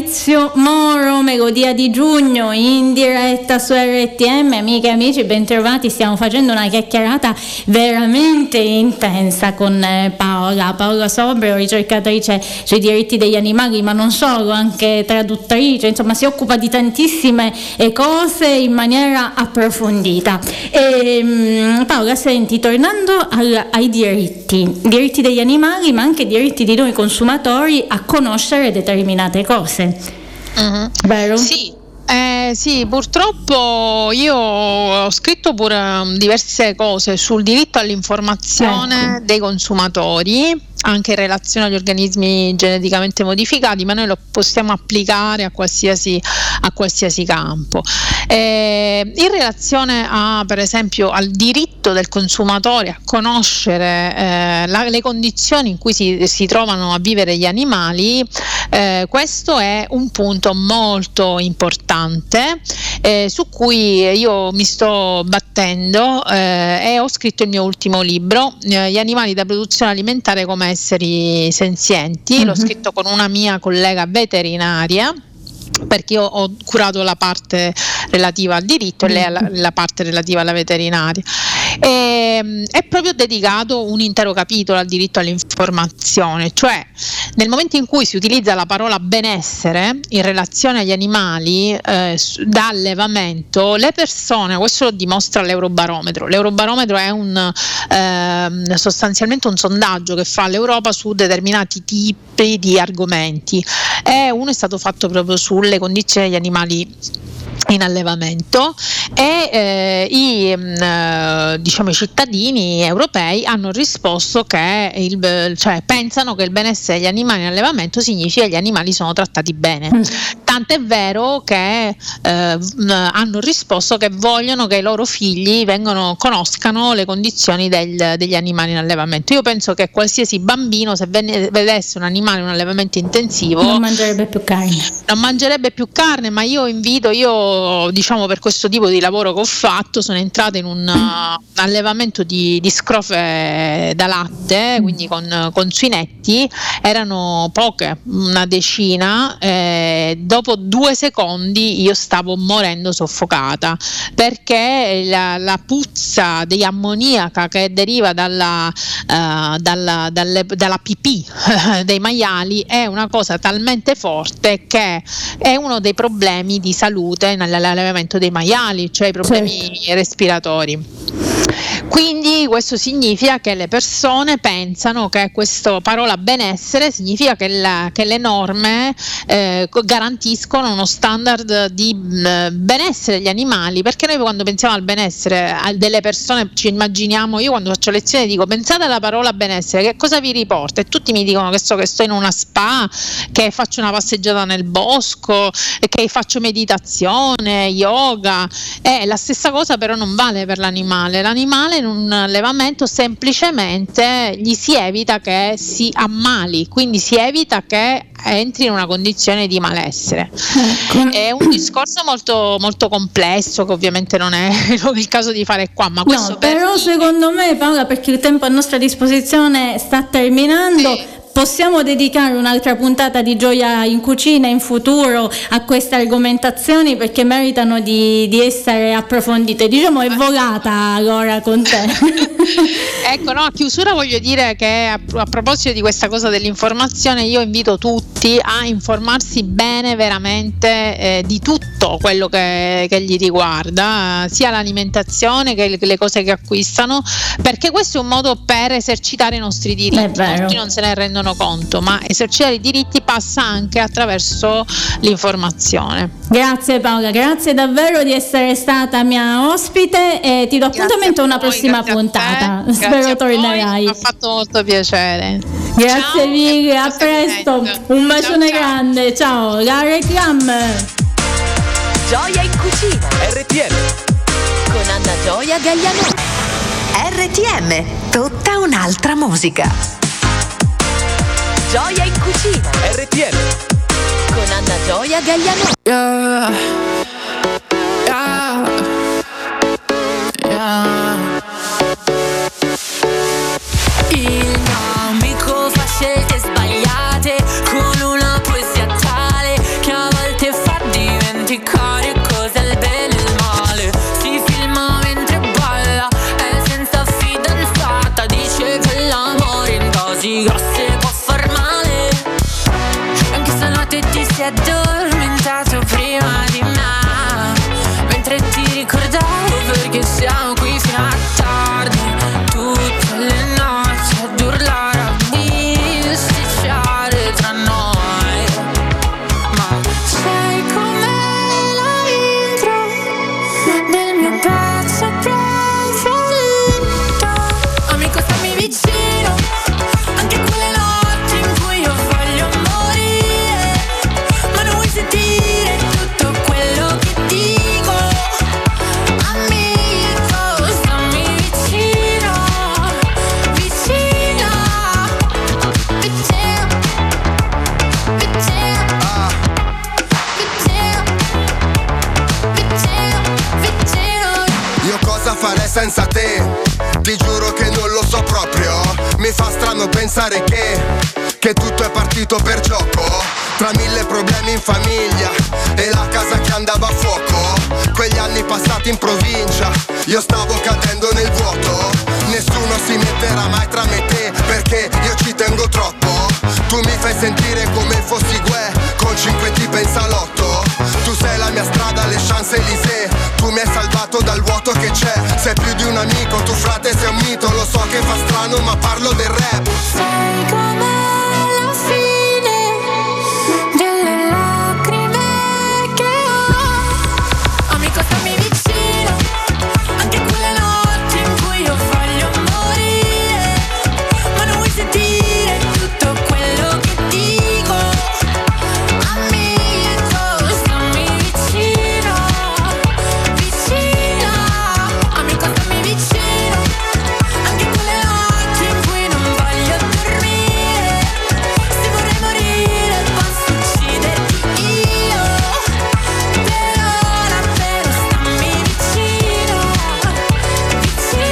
Maurizio Moro, Melodia di giugno in diretta su RTM. Amiche e amici, bentrovati, stiamo facendo una chiacchierata veramente intensa con Paola Sobrio, ricercatrice sui diritti degli animali, ma non solo, anche traduttrice, insomma si occupa di tantissime cose in maniera approfondita. Paola, senti, tornando ai diritti degli animali, ma anche diritti di noi consumatori a conoscere determinate cose, vero? Sì, purtroppo io ho scritto pure diverse cose sul diritto all'informazione dei consumatori, anche in relazione agli organismi geneticamente modificati, ma noi lo possiamo applicare a qualsiasi campo. In relazione per esempio al diritto del consumatore a conoscere le condizioni in cui si trovano a vivere gli animali, questo è un punto molto importante su cui io mi sto battendo e ho scritto il mio ultimo libro, Gli animali da produzione alimentare come esseri senzienti. L'ho scritto con una mia collega veterinaria, perché io ho curato la parte relativa al diritto e lei la parte relativa alla veterinaria. È proprio dedicato un intero capitolo al diritto all'informazione, cioè nel momento in cui si utilizza la parola benessere in relazione agli animali da allevamento, le persone, questo lo dimostra l'Eurobarometro. L'Eurobarometro è sostanzialmente un sondaggio che fa l'Europa su determinati tipi di argomenti, e uno è stato fatto proprio sulle condizioni degli animali in allevamento, e i cittadini europei hanno risposto che pensano che il benessere degli animali in allevamento significa che gli animali sono trattati bene, tant'è vero che hanno risposto che vogliono che i loro figli conoscano le condizioni degli animali in allevamento. Io penso che qualsiasi bambino, se vedesse un animale in un allevamento intensivo, non mangerebbe più carne, ma io per questo tipo di lavoro che ho fatto, sono entrata in un allevamento di scrofe da latte, quindi con suinetti, erano poche, una decina, dopo 2 secondi io stavo morendo soffocata, perché la puzza di ammoniaca che deriva dalla pipì dei maiali è una cosa talmente forte che è uno dei problemi di salute nell'allevamento dei maiali, cioè i problemi respiratori. Quindi questo significa che le persone pensano che questa parola benessere significa che le norme garantiscono uno standard di benessere degli animali, perché noi quando pensiamo al benessere delle persone ci immaginiamo, io quando faccio lezione dico pensate alla parola benessere, che cosa vi riporta? E tutti mi dicono che sto in una spa, che faccio una passeggiata nel bosco, che faccio meditazione, yoga. La stessa cosa però non vale per l'animale. L'animale in un allevamento semplicemente gli si evita che si ammali, quindi si evita che entri in una condizione di malessere. È un discorso molto, molto complesso, che ovviamente non è il caso di fare qua, ma questo no, però secondo me, Paola, perché il tempo a nostra disposizione sta terminando, sì, possiamo dedicare un'altra puntata di Gioia in Cucina in futuro a queste argomentazioni, perché meritano di essere approfondite. Diciamo è volata allora con te. Ecco, no, a chiusura voglio dire che a proposito di questa cosa dell'informazione, io invito tutti a informarsi bene veramente di tutto quello che gli riguarda, sia l'alimentazione che le cose che acquistano, perché questo è un modo per esercitare i nostri diritti. Molti non se ne rendono conto, ma esercitare i diritti passa anche attraverso l'informazione. Grazie Paola, grazie davvero di essere stata mia ospite, e ti do appuntamento a una prossima puntata. Spero tornerai. Mi ha fatto molto piacere. Grazie mille, a presto. Un bacione grande, ciao. La reclam. Gioia in cucina. RTM Con Anna Gioia Gaglianò. RTM, tutta un'altra musica. Gioia in cucina. RTM Con Anna Gioia Gaglianò. Yeah. Yeah. Yeah. Il mio amico fa scelte sbagliate con una poesia tale che farei senza te. Ti giuro che non lo so proprio. Mi fa strano pensare che tutto è partito per gioco. Tra 1000 problemi in famiglia e la casa che andava a fuoco. Quegli anni passati in provincia, io stavo cadendo nel vuoto. Nessuno si metterà mai tra me e te, perché io ci tengo troppo. Tu mi fai sentire come fossi Gue, con 5 tipe in salotto. Tu sei la mia strada, le Champs-Élysées. Tu mi hai salvato dal vuoto che c'è. Sei più di un amico, tu frate sei un mito. Lo so che fa strano ma parlo del rap. Sai com'è la fine delle lacrime che ho. Amico, stammi vicino, anche quelle notti in cui io voglio morire, ma non vuoi sentire tutto quello che dico. Amico, stammi vicino, vicino. Amico, stammi vicino, anche quelle notti in cui non voglio dormire. Se vorrei morire posso ucciderti io. Per ora però stammi vicino, vicino,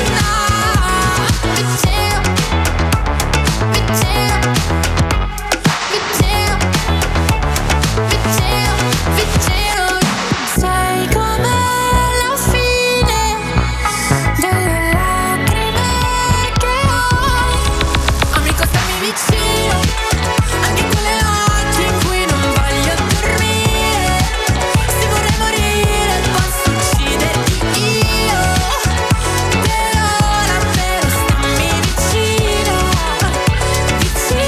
vicino. Sai com'è la fine delle lacrime che ho. Amico, stammi vicino, anche quelle notti in cui non voglio dormire. Se vorrei morire posso ucciderti io. Per ora però stammi vicino, vicino,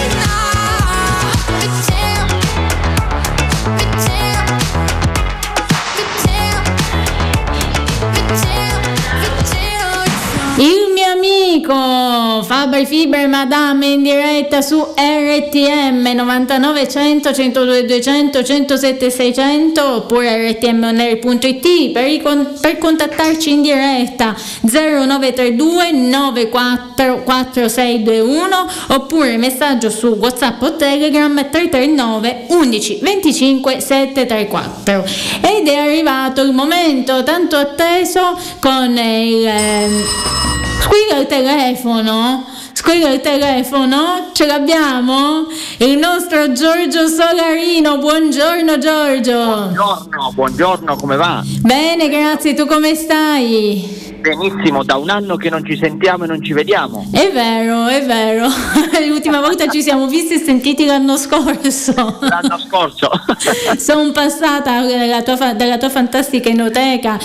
Il mio amico Fabri Fiber Madame in diretta su RTM 99 100 102 200 107 600 oppure rtmoneri.it per contattarci in diretta 0932 94 621 oppure messaggio su WhatsApp o Telegram 339 11 25 734. Ed è arrivato il momento tanto atteso con il squilla il telefono, ce l'abbiamo? Il nostro Giorgio Solarino. Buongiorno Giorgio. Buongiorno, come va? Bene, grazie, tu come stai? Benissimo, da un anno che non ci sentiamo e non ci vediamo. È vero. L'ultima volta ci siamo visti e sentiti l'anno scorso. Sono passata dalla tua fantastica enoteca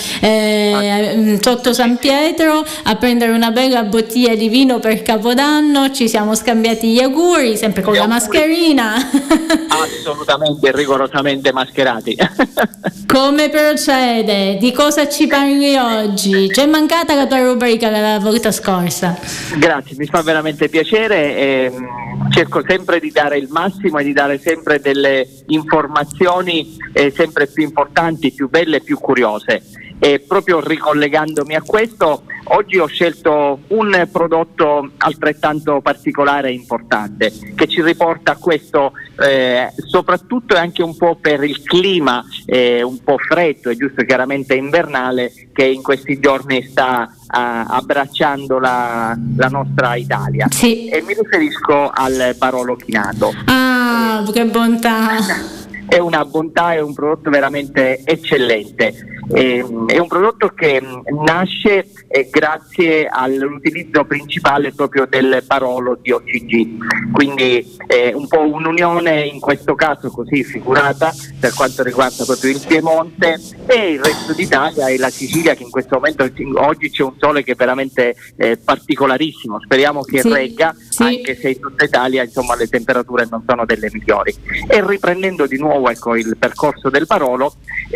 sotto San Pietro a prendere una bella bottiglia di vino per Capodanno. Ci siamo scambiati gli auguri, sempre con la mascherina. Assolutamente, rigorosamente mascherati. Come procede? Di cosa ci parli oggi? C'è mancata la tua rubrica la volta scorsa. Grazie, mi fa veramente piacere. Cerco sempre di dare il massimo e di dare sempre delle informazioni sempre più importanti, più belle e più curiose. E proprio ricollegandomi a questo, oggi ho scelto un prodotto altrettanto particolare e importante che ci riporta a questo, soprattutto e anche un po' per il clima un po' freddo e giusto chiaramente invernale che in questi giorni sta abbracciando la nostra Italia. Sì. E mi riferisco al Barolo Chinato. Ah, che bontà! È una bontà, è un prodotto veramente eccellente. È un prodotto che nasce grazie all'utilizzo principale proprio del Barolo di OCG, quindi un po' un'unione in questo caso così figurata per quanto riguarda proprio il Piemonte e il resto d'Italia e la Sicilia, che in questo momento oggi c'è un sole che è veramente particolarissimo, speriamo che regga, anche se in tutta Italia insomma le temperature non sono delle migliori. E riprendendo di nuovo il percorso del Barolo,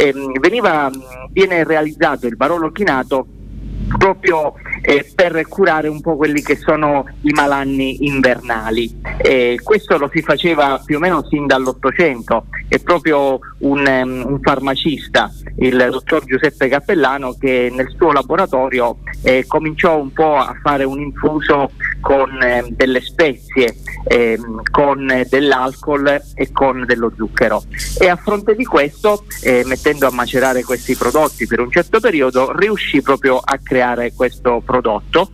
viene realizzato il Barolo Chinato proprio per curare un po' quelli che sono i malanni invernali. Questo lo si faceva più o meno sin dall'Ottocento. È proprio un farmacista, il dottor Giuseppe Cappellano, che nel suo laboratorio cominciò un po' a fare un infuso con delle spezie con dell'alcol e con dello zucchero, e a fronte di questo, mettendo a macerare questi prodotti per un certo periodo, riuscì proprio a creare questo prodotto,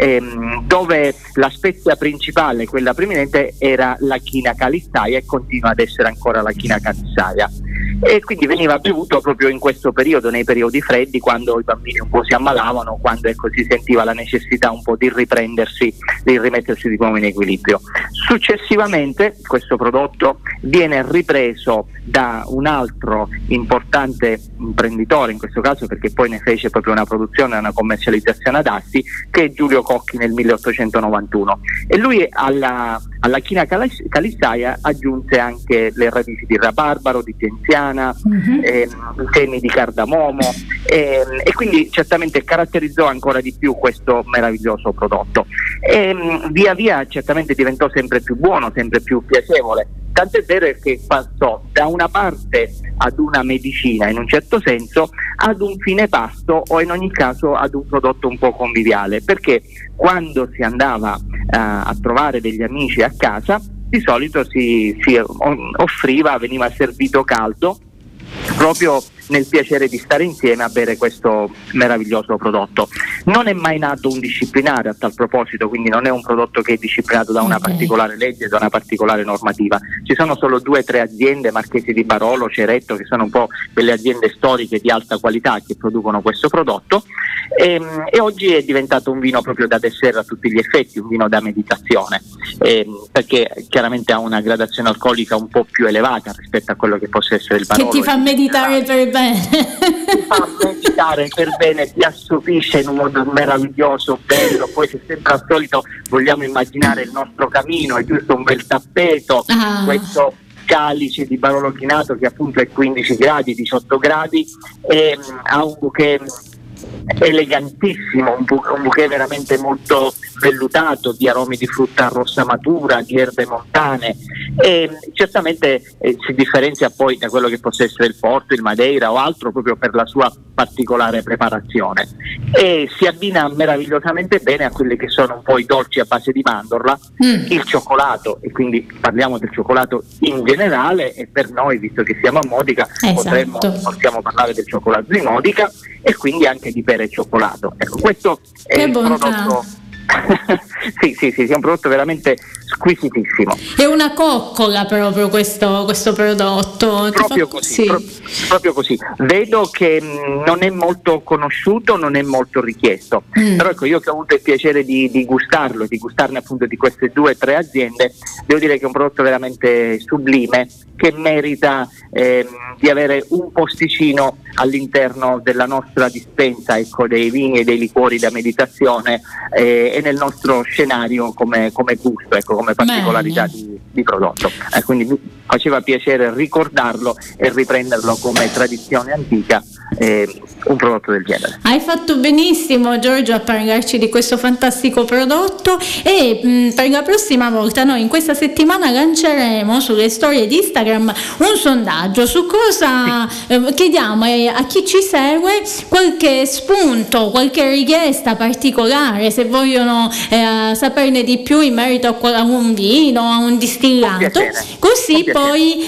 dove la spezia principale, quella preminente, era la china calissaia e continua ad essere ancora la china calissaia, e quindi veniva bevuto proprio in questo periodo, nei periodi freddi, quando i bambini un po' si ammalavano, quando si sentiva la necessità un po' di riprendersi, di rimettersi di nuovo in equilibrio. Successivamente questo prodotto viene ripreso da un altro importante imprenditore, in questo caso perché poi ne fece proprio una produzione e una commercializzazione ad Asti, che è Giulio Cocchi nel 1891, e lui alla china calissaia aggiunse anche le radici di rabarbaro, di genziana, i semi di cardamomo, e quindi certamente caratterizzò ancora di più questo meraviglioso prodotto, e via via certamente diventò sempre più buono, sempre più piacevole, tant'è vero che passò da una parte ad una medicina, in un certo senso, ad un fine pasto, o in ogni caso ad un prodotto un po' conviviale, perché quando si andava a trovare degli amici a casa, di solito si offriva, veniva servito caldo, proprio nel piacere di stare insieme a bere questo meraviglioso prodotto. Non è mai nato un disciplinare a tal proposito, quindi non è un prodotto che è disciplinato da una particolare legge, da una particolare normativa. Ci sono solo 2 o 3 aziende, Marchesi di Barolo, Ceretto, che sono un po' quelle aziende storiche di alta qualità che producono questo prodotto, e oggi è diventato un vino proprio da dessert a tutti gli effetti, un vino da meditazione, perché chiaramente ha una gradazione alcolica un po' più elevata rispetto a quello che possa essere il Barolo. Che ti fa meditare per bene. Ti fa meditare per bene, ti assopisce in un modo meraviglioso, bello. Poi, se sempre al solito vogliamo immaginare il nostro camino, è giusto un bel tappeto, questo calice di Barolo chinato che appunto è 15 gradi, 18 gradi, e ha un bouquet elegantissimo, un bouquet veramente molto vellutato di aromi di frutta rossa matura, di erbe montane, e certamente si differenzia poi da quello che possa essere il Porto, il Madeira o altro, proprio per la sua particolare preparazione, e si abbina meravigliosamente bene a quelli che sono un po' i dolci a base di mandorla, il cioccolato, e quindi parliamo del cioccolato in generale, e per noi, visto che siamo a Modica, possiamo parlare del cioccolato di Modica, e quindi anche di pere e cioccolato. Ecco, questo è il prodotto. sì, è un prodotto veramente squisitissimo. È una coccola proprio questo prodotto. Proprio così, proprio così. Vedo che non è molto conosciuto, non è molto richiesto. Però ecco, io che ho avuto il piacere di gustarlo, di gustarne appunto di queste 2 o 3 aziende, devo dire che è un prodotto veramente sublime, che merita di avere un posticino all'interno della nostra dispensa, ecco, dei vini e dei liquori da meditazione, e nel nostro scenario come gusto, ecco, come particolarità di prodotto. Quindi mi faceva piacere ricordarlo e riprenderlo come tradizione antica, un prodotto del genere. Hai fatto benissimo, Giorgio, a parlarci di questo fantastico prodotto, e per la prossima volta noi in questa settimana lanceremo sulle storie di Instagram un sondaggio su cosa chiediamo a chi ci segue qualche spunto, qualche richiesta particolare, se vogliono saperne di più in merito a un vino, a un distillato, così poi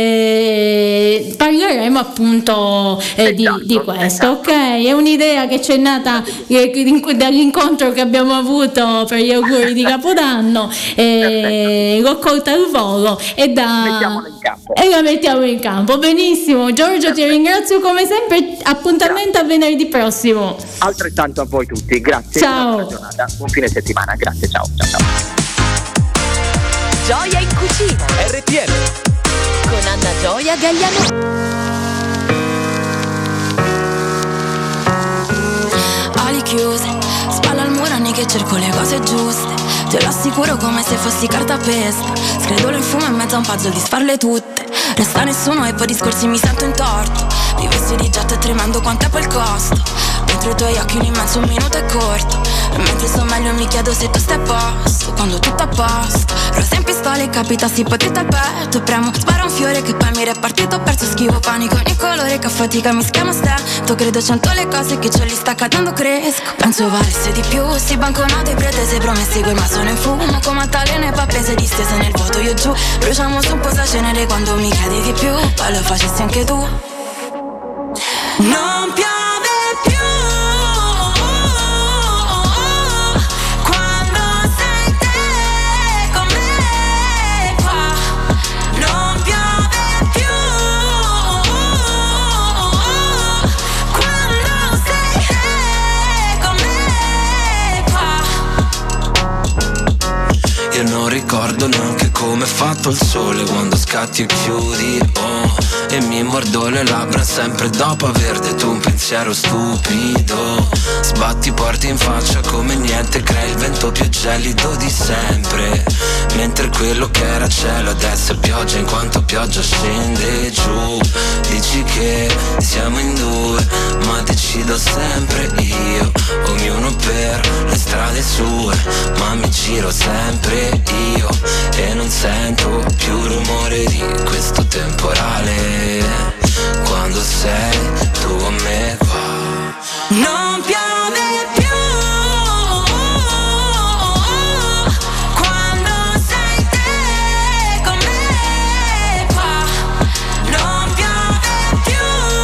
parleremo appunto di questo, ok? È un'idea che c'è nata dall'incontro che abbiamo avuto per gli auguri di Capodanno, l'ho colta al volo e la mettiamo in campo. Benissimo, Giorgio, ti ringrazio come sempre, appuntamento a venerdì prossimo. Altrettanto a voi tutti, grazie. Ciao. Buona giornata, buon fine settimana, grazie, ciao. Gioia in cucina. RTM Con Anna Gioia Gagliano. Ali chiuse, spalla al muro anni che cerco le cose giuste. Te lo assicuro come se fossi cartapesta. Scredolo in fumo in mezzo a un puzzle di sfarle tutte. Resta nessuno e poi discorsi mi sento in torto. Vivessi di getto e tremando quanto è poi il costo. Dentro i tuoi occhi un immenso un minuto è corto. Mentre sto meglio mi chiedo se tu stai a posto, quando tutto a posto. Rosa in pistola e capitassi potete al petto. Premo, sparo un fiore che poi mi è partito. Ho perso schivo panico ogni colore che a fatica mi schiama stento. Credo 100 le cose che ce li sta cadendo cresco. Penso valesse di più, si banconote pretese, promessi quel ma sono in fumo. Come altalene pappese distese nel vuoto io giù. Bruciamo su un po' cenere quando mi chiedi di più. Poi lo facessi anche tu. Non piove più quando sei te con me qua. Non piove più quando sei te con me qua. Io non ricordo neanche come è fatto il sole quando scatti e chiudi, oh. E mi mordo le labbra sempre dopo aver detto un pensiero stupido. Sbatti porti in faccia come niente, crei il vento più gelido di sempre. Mentre quello che era cielo adesso è pioggia, in quanto pioggia scende giù. Dici che siamo in due, ma decido sempre io. Ognuno per le strade sue, ma mi giro sempre io. E non sento più il rumore di questo temporale quando sei tu con me qua. Non piove più quando sei te con me qua. Non piove più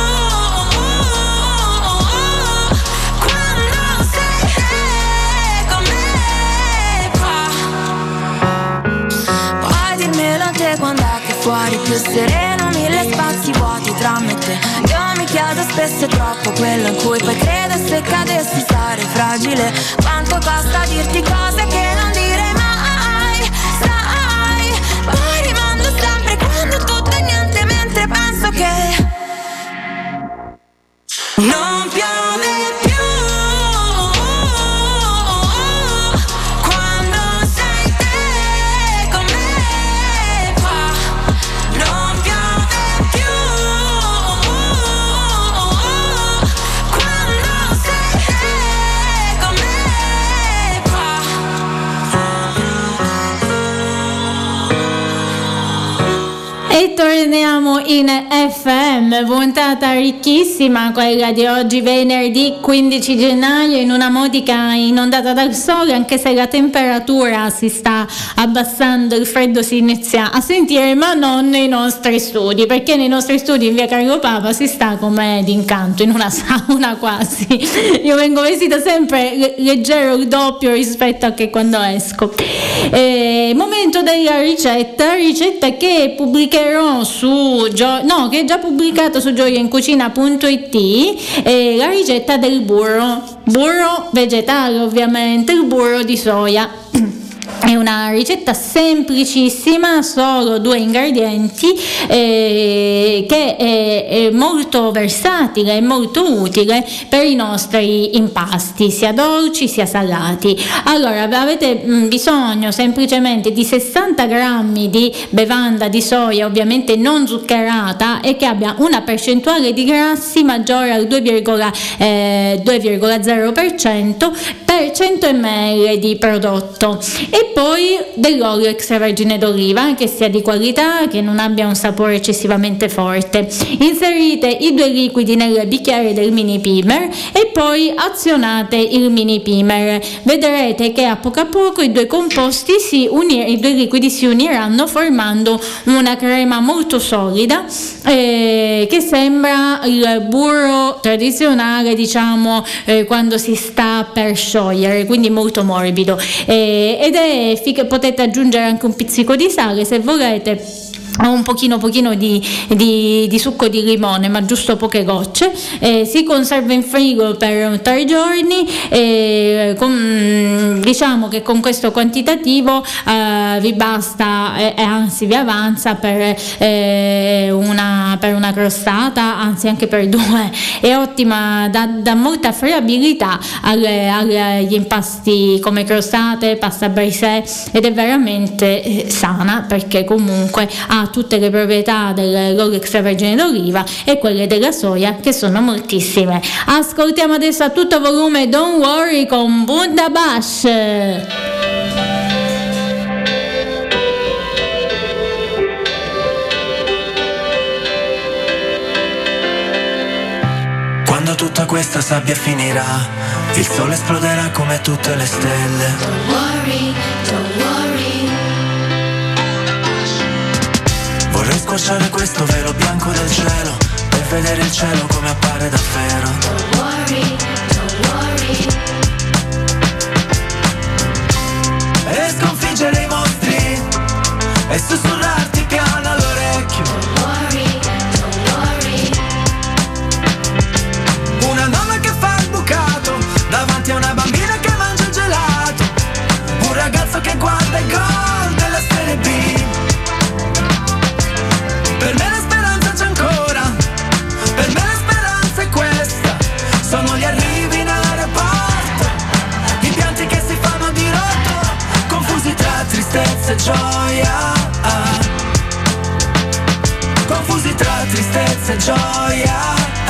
quando sei te con me qua. Puoi dirmelo te quando è che fuori più sereno, mille spazi vuoti tra me e te. Io mi chiedo spesso è troppo quello in cui poi credo, se cadessi sarei fragile. Quanto costa dirti cose che non direi mai, sai. Poi rimando sempre quando tutto è niente, mentre penso che non piove più quando sei te con me qua. Non piove più quando sei te con me qua. E torniamo in FM, puntata ricchissima, quella di oggi, venerdì 15 gennaio, in una modica inondata dal sole, anche se la temperatura si sta abbassando, il freddo si inizia a sentire, ma non nei nostri studi, perché nei nostri studi in via Carlo Papa si sta come d'incanto, in una sauna quasi. Io vengo vestita sempre leggero il doppio rispetto a che quando esco. Momento della ricetta che pubblicherò che è già pubblicata su gioiaincucina.it, la ricetta del burro vegetale, ovviamente, il burro di soia. È una ricetta semplicissima, solo 2 ingredienti, che è molto versatile e molto utile per i nostri impasti, sia dolci sia salati. Allora, avete bisogno semplicemente di 60 grammi di bevanda di soia, ovviamente non zuccherata, e che abbia una percentuale di grassi maggiore al 2,0% per 100 ml di prodotto, e poi dell'olio extravergine d'oliva che sia di qualità, che non abbia un sapore eccessivamente forte. Inserite i 2 liquidi nel bicchiere del mini primer e poi azionate il mini primer. Vedrete che a poco i due composti i 2 liquidi si uniranno formando una crema molto solida, che sembra il burro tradizionale, diciamo, quando si sta per sciogliere, quindi molto morbido, ed è potete aggiungere anche un pizzico di sale se volete, un pochino di succo di limone, ma giusto poche gocce. Si conserva in frigo per 3 giorni, diciamo che con questo quantitativo vi basta, e anzi vi avanza per una crostata, anzi anche per 2. È ottima, dà molta friabilità agli impasti come crostate, pasta brisée, ed è veramente sana, perché comunque ha ha tutte le proprietà dell'olio extravergine d'oliva e quelle della soia, che sono moltissime. Ascoltiamo adesso a tutto volume Don't Worry con Bundabash. Quando tutta questa sabbia finirà, il sole esploderà come tutte le stelle. Don't worry, don't worry. Vorrei squarciare questo velo bianco del cielo per vedere il cielo come appare davvero. Don't worry, don't worry. E sconfiggere i mostri e sussurrarti piano all'orecchio. Don't worry, don't worry. Una nonna che fa il bucato davanti a una bambina che mangia il gelato. Un ragazzo che guarda i gol della Serie B. Per me la speranza c'è ancora, per me la speranza è questa. Sono gli arrivi in aeroporto, i pianti che si fanno di rotto, confusi tra tristezza e gioia. Confusi tra tristezza e gioia.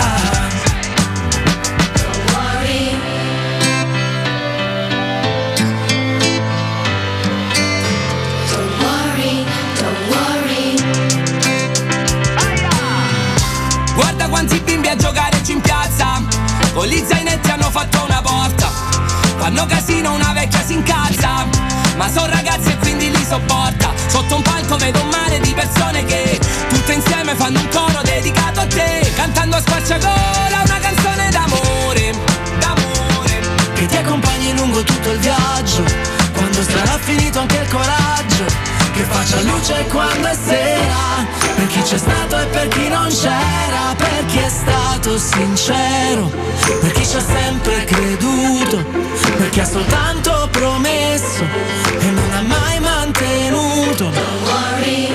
Don't worry. Don't worry, don't worry. Guarda quanti bimbi a giocare giù in piazza, con gli zainetti hanno fatto una porta. Fanno casino, una vecchia si incazza, ma sono ragazzi e quindi li sopporta. Sotto un palco vedo un mare di persone che tutte insieme fanno un coro dedicato a te, cantando a squarciagola una canzone d'amore, d'amore, Che ti accompagni lungo tutto il viaggio, quando sarà finito anche il coraggio, che faccia luce quando è sera, per chi c'è stato e per chi non c'era, per chi è stato sincero, per chi ci ha sempre creduto, per chi ha soltanto promesso e non ha mai mantenuto. Don't worry.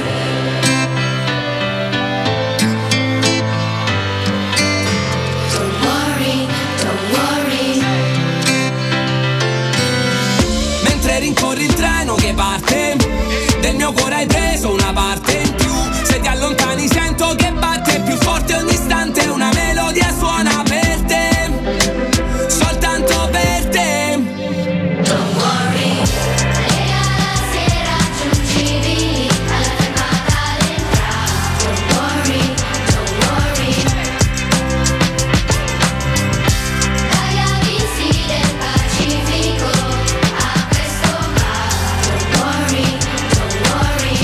Don't worry, don't worry. mentre rincorri il treno che parte, del mio cuore hai preso una parte in più. Se ti allontani sento che batte più forte ogni istante, una melodia suona per te, soltanto per te. Don't worry. E alla sera giungivi alla fermata all'entrata. Don't worry, don't worry. Dagli abissi del Pacifico a questo bar. Don't worry, don't worry.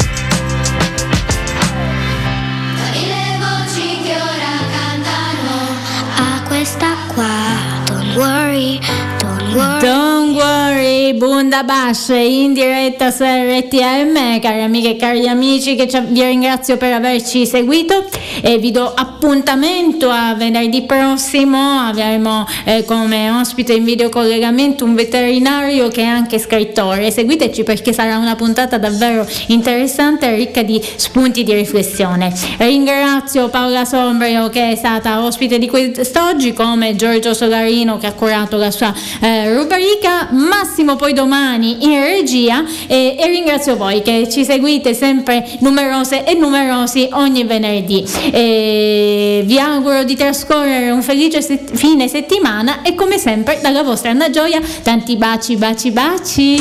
Da mille voci che ora cantano a questa qua. Don't worry, don't worry. Don't worry, Bundabash in diretta su RTM, cari amiche e cari amici, che vi ringrazio per averci seguito e vi do appuntamento a venerdì prossimo. Avremo come ospite in videocollegamento un veterinario che è anche scrittore. Seguiteci perché sarà una puntata davvero interessante e ricca di spunti di riflessione. Ringrazio Paola Sombrio che è stata ospite di quest'oggi, come Giorgio Solarino che ha curato la sua rubrica, Massimo poi domani in regia e ringrazio voi che ci seguite sempre numerose e numerosi ogni venerdì. Vi auguro di trascorrere un felice fine settimana e come sempre dalla vostra Anna Gioia tanti baci baci baci.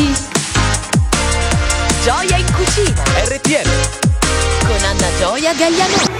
Gioia in cucina RTM con Anna Gioia Gagliano.